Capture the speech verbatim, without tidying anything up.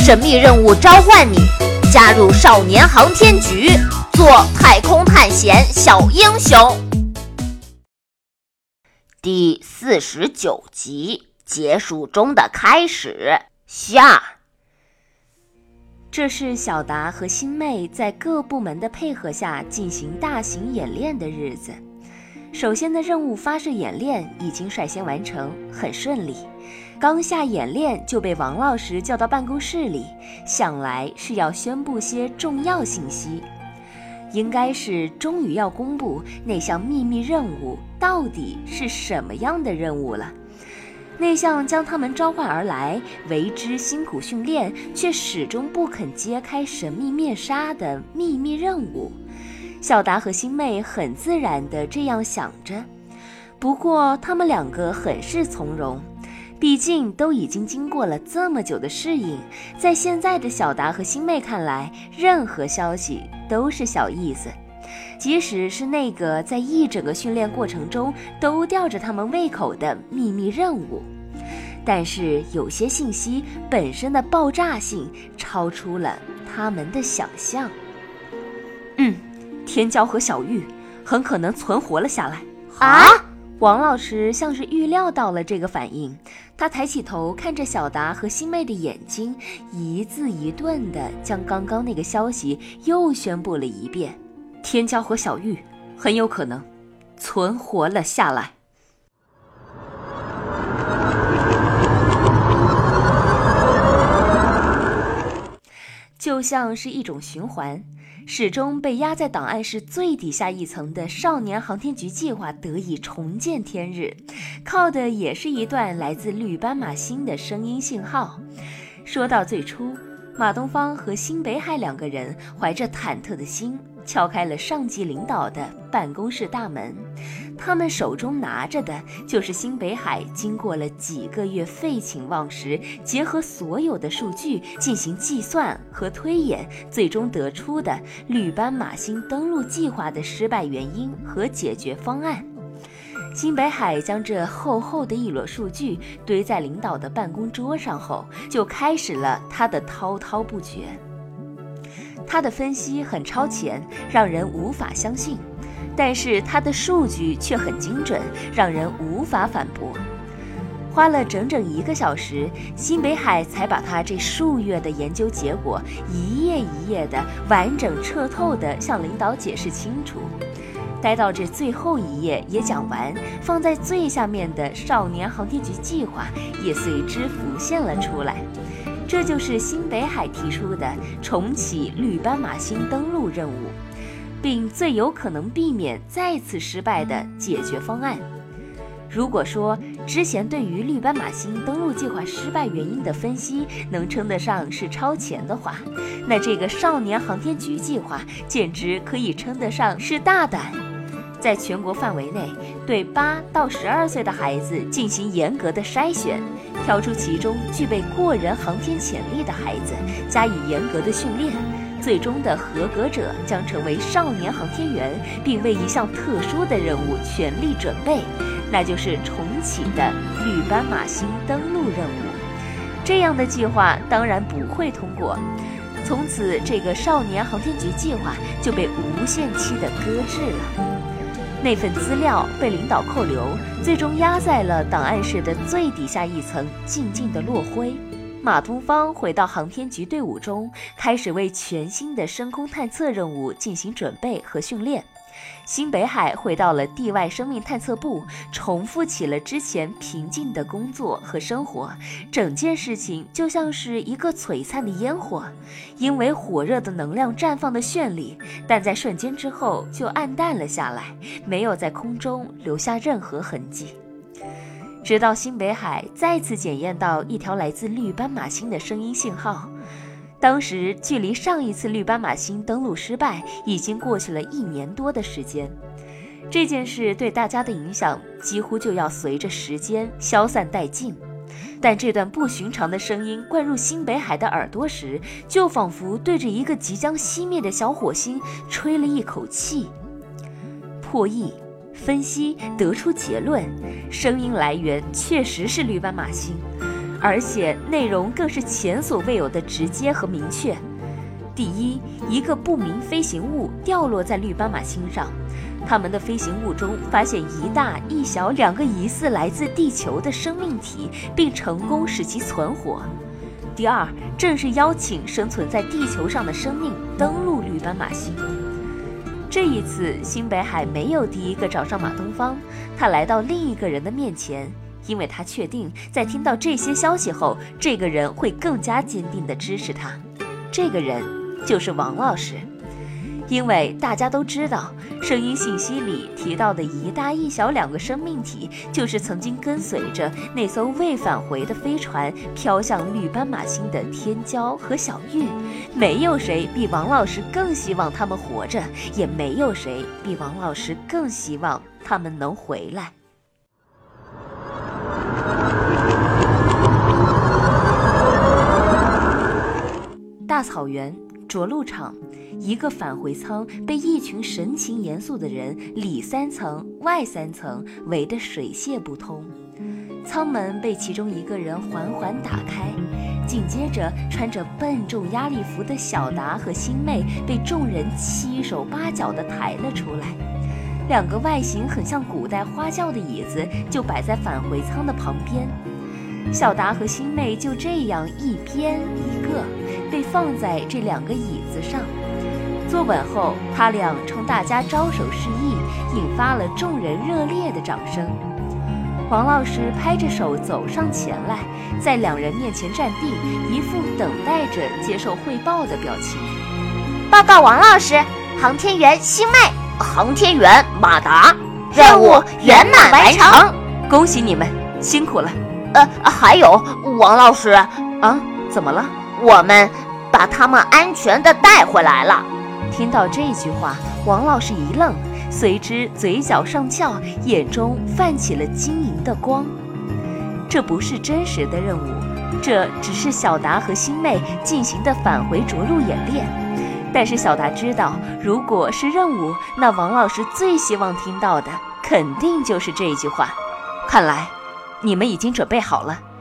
神秘任务召唤你，加入少年航天局，做太空探险小英雄。第四十九集，结束中的开始下。 这是小达和星妹在各部门的配合下进行大型演练的日子。首先的任务发射演练已经率先完成，很顺利。刚下演练就被王老师叫到办公室里，想来是要宣布些重要信息，应该是终于要公布那项秘密任务到底是什么样的任务了。那项将他们召唤而来，为之辛苦训练，却始终不肯揭开神秘面纱的秘密任务。小达和星妹很自然地这样想着，不过他们两个很是从容，毕竟都已经经过了这么久的适应，在现在的小达和星妹看来，任何消息都是小意思，即使是那个在一整个训练过程中都吊着他们胃口的秘密任务。但是有些信息本身的爆炸性超出了他们的想象。嗯，天骄和小玉很可能存活了下来。 啊！ 王老师像是预料到了这个反应，他抬起头看着小达和星妹的眼睛，一字一顿地将刚刚那个消息又宣布了一遍。天骄和小玉很有可能存活了下来。就像是一种循环，始终被压在档案室最底下一层的少年航天局计划得以重见天日，靠的也是一段来自绿斑马星的声音信号。说到最初，马东方和辛北海两个人怀着忐忑的心敲开了上级领导的办公室大门，他们手中拿着的就是辛北海经过了几个月废寝忘食，结合所有的数据进行计算和推演，最终得出的绿斑马星登陆计划的失败原因和解决方案。辛北海将这厚厚的一摞数据堆在领导的办公桌上后，就开始了他的滔滔不绝。他的分析很超前，让人无法相信，但是他的数据却很精准，让人无法反驳。花了整整一个小时，辛北海才把他这数月的研究结果一页一页的完整彻透地向领导解释清楚。待到这最后一页也讲完，放在最下面的少年航天局计划也随之浮现了出来。这就是辛北海提出的重启绿斑马星登陆任务，并最有可能避免再次失败的解决方案。如果说之前对于绿斑马星登陆计划失败原因的分析能称得上是超前的话，那这个少年航天局计划简直可以称得上是大胆。在全国范围内对八到十二岁的孩子进行严格的筛选，挑出其中具备过人航天潜力的孩子，加以严格的训练，最终的合格者将成为少年航天员，并为一项特殊的任务全力准备，那就是重启的绿斑马星登陆任务。这样的计划当然不会通过，从此这个少年航天局计划就被无限期的搁置了。那份资料被领导扣留，最终压在了档案室的最底下一层，静静的落灰。马东方回到航天局队伍中，开始为全新的深空探测任务进行准备和训练。辛北海回到了地外生命探测部，重复起了之前平静的工作和生活。整件事情就像是一个璀璨的烟火，因为火热的能量绽放的绚丽，但在瞬间之后就暗淡了下来，没有在空中留下任何痕迹。直到辛北海再次检验到一条来自绿斑马星的声音信号，当时距离上一次绿斑马星登陆失败已经过去了一年多的时间，这件事对大家的影响几乎就要随着时间消散殆尽。但这段不寻常的声音灌入辛北海的耳朵时，就仿佛对着一个即将熄灭的小火星吹了一口气。破译分析得出结论，声音来源确实是绿斑马星， 而且内容更是前所未有的直接和明确。第一，一个不明飞行物掉落在绿斑马星上，他们的飞行物中发现一大一小两个疑似来自地球的生命体，并成功使其存活。第二，正是邀请生存在地球上的生命登陆绿斑马星。这一次，新北海没有第一个找上马东方，他来到另一个人的面前，因为他确定在听到这些消息后，这个人会更加坚定地支持他。这个人就是王老师。因为大家都知道，声音信息里提到的一大一小两个生命体，就是曾经跟随着那艘未返回的飞船飘向绿斑马星的天骄和小玉。没有谁比王老师更希望他们活着，也没有谁比王老师更希望他们能回来。大草原着陆场，一个返回舱被一群神情严肃的人里三层外三层围得水泄不通。舱门被其中一个人缓缓打开，紧接着穿着笨重压力服的小达和星妹被众人七手八脚地抬了出来。两个外形很像古代花轿的椅子就摆在返回舱的旁边，小达和星妹就这样一边一个被放在这两个椅子上。坐稳后，他俩冲大家招手示意，引发了众人热烈的掌声。王老师拍着手走上前来，在两人面前站定，一副等待着接受汇报的表情。 报告王老师，航天员星妹，航天员马达，任务圆满完成， 恭喜你们，辛苦了。 呃，还有王老师啊，怎么了？ 我们把他们安全地带回来了。 听到这句话，王老师一愣，随之嘴角上翘，眼中泛起了晶莹的光。这不是真实的任务，这只是小达和星妹进行的返回着陆演练。但是小达知道，如果是任务，那王老师最希望听到的肯定就是这句话。看来你们已经准备好了。